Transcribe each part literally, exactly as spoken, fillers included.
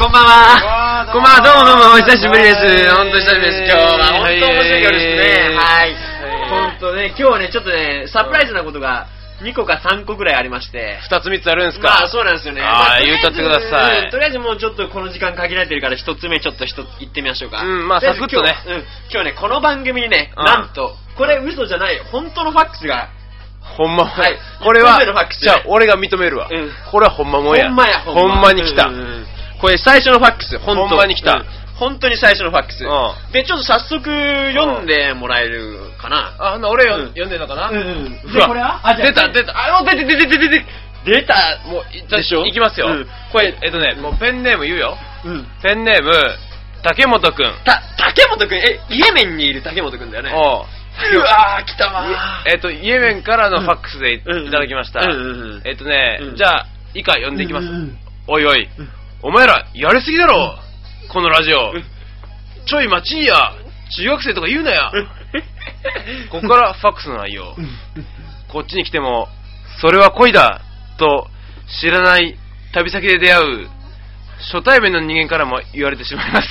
こんばんは。こんばんは、どうもどうも、お久しぶりです。本当に久しぶりです。今日は本当面白い夜ですね。はい。本当ね、今日はね、ちょっとね、サプライズなことがにこかさんこぐらいありまして。 ふたつみっつあるんですか？ まあそうなんですよね。 ああ、言うたってください。 とりあえずもうちょっとこの時間限られてるからひとつめちょっと行ってみましょうか。 うん、まあサクッとね。 うん。今日ね、この番組にね、なんと、これ嘘じゃないよ。本当のファックスが。 ほんま、 はい。 これは、じゃあ俺が認めるわ。うん。これはほんまもんや。 ほんまや、 ほんまに来た。 これ最初のファックス、 ほんまに来た。 本当に最初のファックス。で、ちょっと早速読んでもらえるかな。 あ、俺読んでんのかな。うん。 で、これはあ、 出た、出た。あ、もう出て、出て、出て、出て。 出た。もう、 でしょ？いきますよ。これ、えっとね、もうペンネーム言うよ。 うん。 ペンネーム、竹本くん。 た、竹本くん、え、イエメンにいる竹本くんだよね。 おう。 うわー、来たわー。えっと、イエメンからのファックスでいただきました。えっとね、じゃあ、以下読んでいきます。おいおい、お前ら、やりすぎだろ、このラジオ。ちょい待ちいや、中学生とか言うなや。ここからファックスの内容。こっちに来ても、それは恋だ、と知らない旅先で出会う、初対面の人間からも言われてしまいます。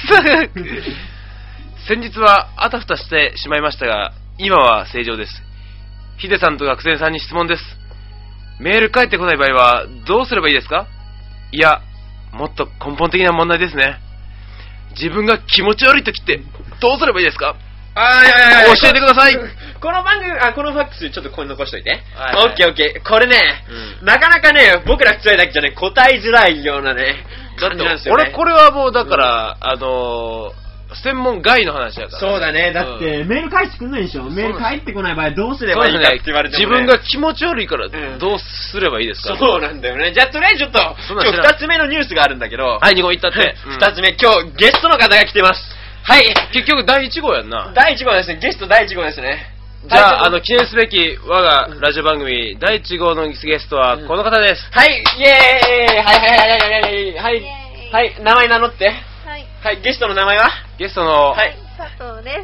先日はあたふたしてしまいましたが、今は正常です。ヒデさんと学生さんに質問です。メール返ってこない場合はどうすればいいですか？いや、もっと根本的な問題ですね。自分が気持ち悪い時ってどうすればいいですか？ あー、いやいやいや、 教えてください。 この番組、あ、このファックスちょっとここに残しといて。オッケーオッケー。これね、うん、なかなかね、僕ら普通だけじゃね、答えづらいようなね、 感じなんですよね。俺、これはもうだから、うん、あのー、専門外の話だから、ね。 そうだね。だって、うん、メール返してくんないでしょ。メール返ってこない場合どうすればいいかって言われても、ね、 自分が気持ち悪いからどうすればいいですか？ うん、そうなんだよね。じゃあとりあえずちょっと、今日二つ目のニュースがあるんだけど。 はい、に号いったって。 二、うん、つ目、今日ゲストの方が来てます。はい。 結局だいいち号やんな。 だいいち号ですね。ゲストだいいち号ですね。 じゃあ、あの、記念すべき我がラジオ番組だいいち号のゲストはこの方です。 うん、はい、イエーイ、はいはいはいはいはいはい、はい、名前名乗って。はい。はい、ゲストの名前は？ ゲストの、 はい。佐藤です。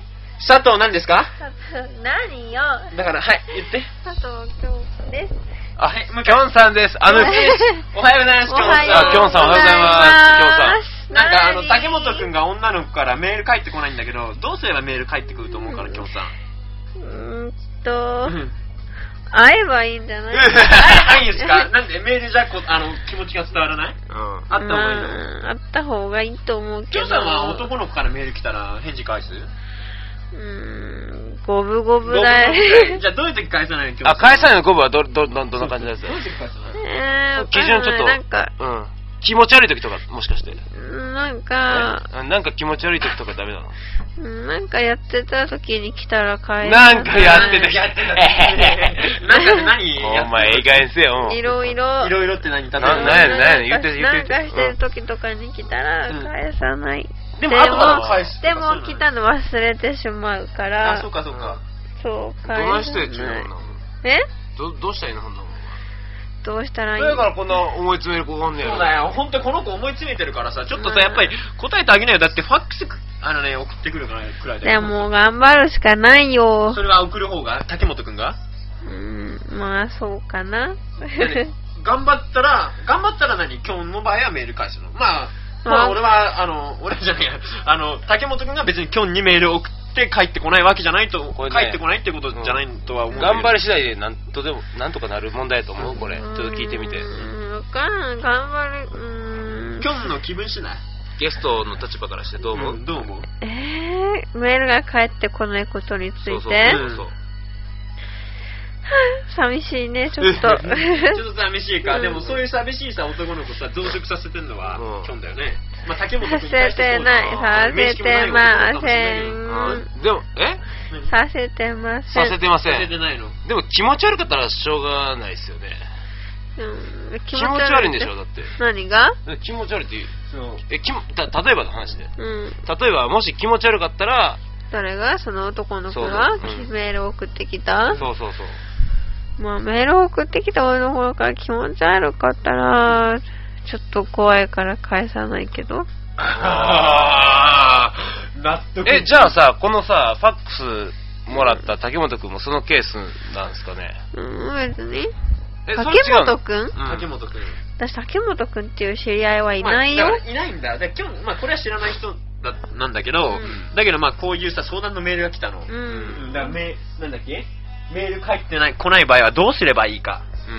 佐藤何ですか？ 佐藤、何よ。 だから、はい、言って。 佐藤京子です。 あ、はい、きょんさんです。あの、 おはようございます、きょんさん。 あ、きょんさんおはようございます。きょんさん。 なんかあの、竹本くんが女の子からメール返ってこないんだけど、どうすればメール返ってくると思うから、きょんさん。 うーんと、会えばいいんじゃない？ 会えばいいんですか？なんでメールじゃこあの気持ちが伝わらない？うん。あった方がいいの？ まあ、あった方がいいと思うけど。 きょんさんは男の子からメール来たら返事返す？ うーん、五分五分だい。じゃあどういう時返さないの？ あ、返さないの五分はど、ど、ど、どんな感じなんですか？ どういう時返さないの？えー、 基準ちょっと、 なんか、 うん。気持ち悪い時とか、もしかして。 なんか、 なんか気持ち悪い時とかダメなの？ なんかやってた時に来たら返す。 なんかやってた。 やってた。なんか何？ お前、ええ加減せよ。 いろいろ。 いろいろって何？ な、なんやねん、なんやねん、言って、言って。 なんかしてる時とかに来たら返さない。 でも、後から返す。 でも来たの忘れてしまうから。 あ、そうかそうか。 そう、返さない。 どないしてちゅうの？ え？ ど、どうしたらいいの？ほんなの？ どうしたらいい？ だからこんな思い詰める子がおんねや。 そうだよ。ほんとこの子思い詰めてるからさ、ちょっとさ、やっぱり答えてあげないよ。だってファックス、あのね、送ってくるからくらいだよ。 でも頑張るしかないよ。 それは送る方が竹本くんが？ うーん、まあそうかな。 頑張ったら、頑張ったら何？今日の場合はメール返すの。まあ、まあ俺は、あの、俺じゃないや、あの、竹本くんが別に今日にメールを送って帰ってこないわけじゃないと、これ、ね、帰ってこないってことじゃないとは思う、うん。 頑張り次第でなんとでも、なんとかなる問題だと思う、これ。ちょっと聞いてみて。 うーん、わかんない。頑張る、うーん。 今日の気分次第。 ゲストの立場からしてどう思う？ うん、どう思う？ えー、メールが返ってこないことについて。そうそうそうそう。寂しいね、ちょっと。ちょっと寂しいか。でもそういう寂しいさ、男の子さ、増殖させてんのは、きょんだよね。まあ、竹本君に対してそうださせてません。 でも、えさせてません。 させてません。 させてないの。 でも気持ち悪かったらしょうがないですよね。 うん、 気持ち悪いんでしょ、だって。 何が？ 気持ち悪いっていう。え、きも、た、例えばの話で。 うん。 例えば、もし気持ち悪かったら、 誰が？その男の子が、うん、メールを送ってきた？ そうそうそう。 まあ、メールを送ってきた女の子から気持ち悪かったら、ちょっと怖いから返さないけど。 あー、納得。 え、じゃあさ、このさ、ファックスもらった竹本くんもそのケースなんですかね？ うん、別に。 竹本くん？ 竹本くん。 私、竹本くんっていう知り合いはいないよ。 まあ、いないんだ。で今日、まあ、これは知らない人だなんだけど、うん、だけど、まあ、こういうさ、相談のメールが来たの。うん。だからメなんだっけメール返ってない、来ない場合はどうすればいいか。うん。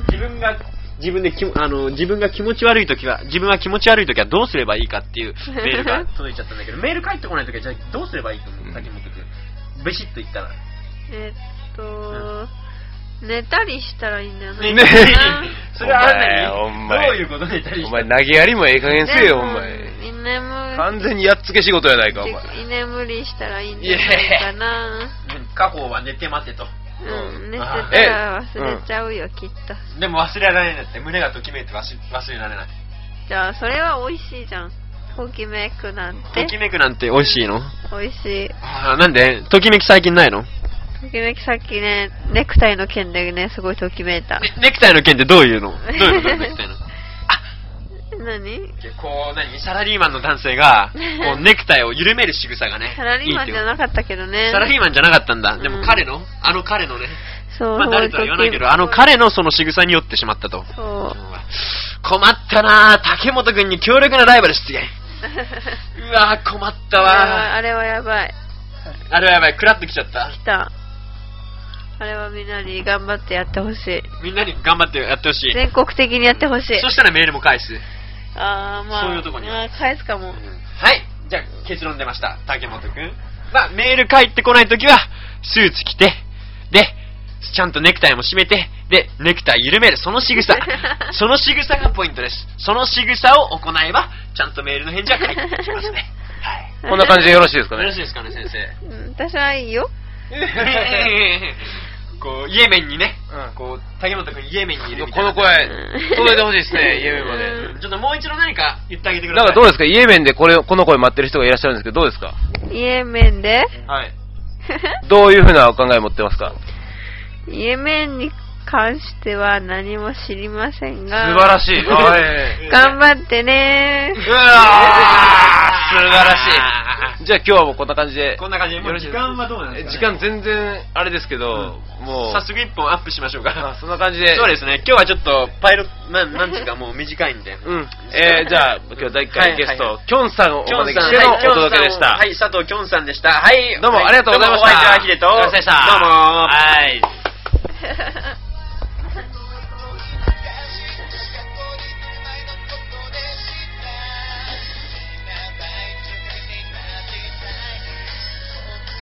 自分が、自分できあの自分が気持ち悪いときは、自分が気持ち悪いときはどうすればいいかっていうメールが届いちゃったんだけど、メール返ってこないときは、じゃあどうすればいいと思う、竹本くん。ビシッと言ったら。えっと、うん寝たりしたらいいんだよね。 ねそれはあんなにどういうこと寝たりしたら。 お前投げやりもええ加減せえよ、お前。完全にやっつけ仕事やないか、お前。 居眠りしたらいいんじゃないかな。 家宝は寝て待てと。 うん、寝てたら忘れちゃうよ、きっと。 でも忘れられないって、胸がときめいて忘れられない。 じゃあ、それは美味しいじゃん。ときめくなんて。 ときめくなんて美味しいの？ 美味しい。 ああ、なんでときめき最近ないの？ ときめきさっきね、ネクタイの件でね、すごいときめいた。 ネクタイの件ってどういうの？どういうことネクタイの？あ何？ こう、何サラリーマンの男性が、こう、ネクタイを緩める仕草がね。 サラリーマンじゃなかったけどね。 サラリーマンじゃなかったんだ。でも彼の、あの彼のね。 そう。 まあ誰とは言わないけど、あの彼のその仕草によってしまったと。 そう。 困ったなぁ。竹本くんに強力なライバル出現。うわぁ、困ったわ。 あれはやばい。 あれはやばい。クラッときちゃった。 来た。あれはみんなに頑張ってやってほしい。 みんなに頑張ってやってほしい。 全国的にやってほしい。 そしたらメールも返す。 あー、まあ。 そういうとこに。 まあ、返すかも。うん、はい。 じゃあ、結論出ました。竹本くん。まあ、メール返ってこないときは、スーツ着て、で、ちゃんとネクタイも締めて、で、ネクタイ緩める。その仕草。その仕草がポイントです。その仕草を行えば、ちゃんとメールの返事は返ってきますね。 はい。こんな感じでよろしいですかね。 よろしいですかね、先生。 うん、私はいいよ。 こうイエメンにね、うん、こう竹本君イエメンにいるみたいな。 この声届いてほしいですね。イエメンまで。 ちょっともう一度何か言ってあげてください。 なんかどうですか、イエメンでこれこの声待ってる人がいらっしゃるんですけど、どうですか？ イエメンで？ はい。 どういうふうなお考え持ってますか？ イエメンに関しては何も知りませんが。 素晴らしい。 頑張ってねー。 うわー、素晴らしい。じゃあ今日はもうこんな感じで。 こんな感じで。よろしいですか？時間はどうなんですか？ 時間全然あれですけど、うん、もう早速一本アップしましょうか。 そんな感じで。 そうですね。今日はちょっとパイロットなんなんですか、もう短いんで。 うん。えー、じゃあ今日だいいっかいゲスト、きょんさんをお招きしてのお届けでした。 はい、佐藤きょんさんでした。はい。 どうもありがとうございました。 どうもお相手はヒデと。 お疲れ様でした。 どうも。 はい。